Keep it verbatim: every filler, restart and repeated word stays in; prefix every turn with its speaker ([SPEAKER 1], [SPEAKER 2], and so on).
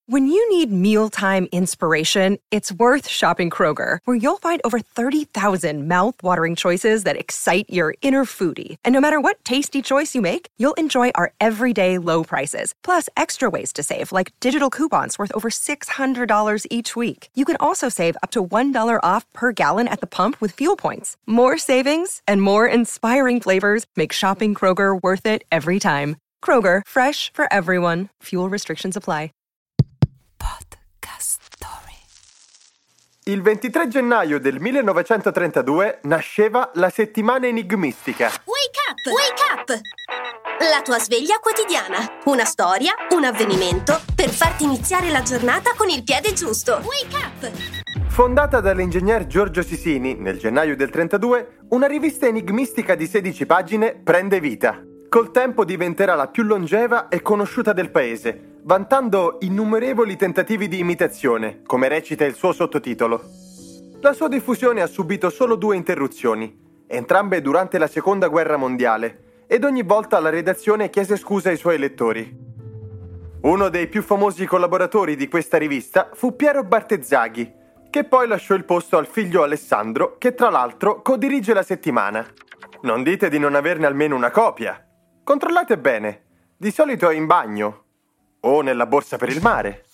[SPEAKER 1] When you need mealtime inspiration, it's worth shopping Kroger, where you'll find over thirty thousand mouth-watering choices that excite your inner foodie. And no matter what tasty choice you make, you'll enjoy our everyday low prices, plus extra ways to save, like digital coupons worth over six hundred dollars each week. You can also save up to one dollar off per gallon at the pump with fuel points. More savings and more inspiring flavors make shopping Kroger worth it every time. Kroger, fresh for everyone. Fuel restrictions apply.
[SPEAKER 2] Il ventitré gennaio del millenovecentotrentadue nasceva la settimana enigmistica.
[SPEAKER 3] Wake up! Wake up! La tua sveglia quotidiana. Una storia, un avvenimento per farti iniziare la giornata con il piede giusto. Wake up!
[SPEAKER 2] Fondata dall'ingegner Giorgio Sisini nel gennaio del trentadue, una rivista enigmistica di sedici pagine prende vita. Col tempo diventerà la più longeva e conosciuta del paese, vantando innumerevoli tentativi di imitazione, come recita il suo sottotitolo. La sua diffusione ha subito solo due interruzioni, entrambe durante la Seconda Guerra Mondiale, ed ogni volta la redazione chiese scusa ai suoi lettori. Uno dei più famosi collaboratori di questa rivista fu Piero Bartezzaghi, che poi lasciò il posto al figlio Alessandro, che tra l'altro codirige la settimana. Non dite di non averne almeno una copia. Controllate bene, di solito è in bagno o nella borsa per il mare.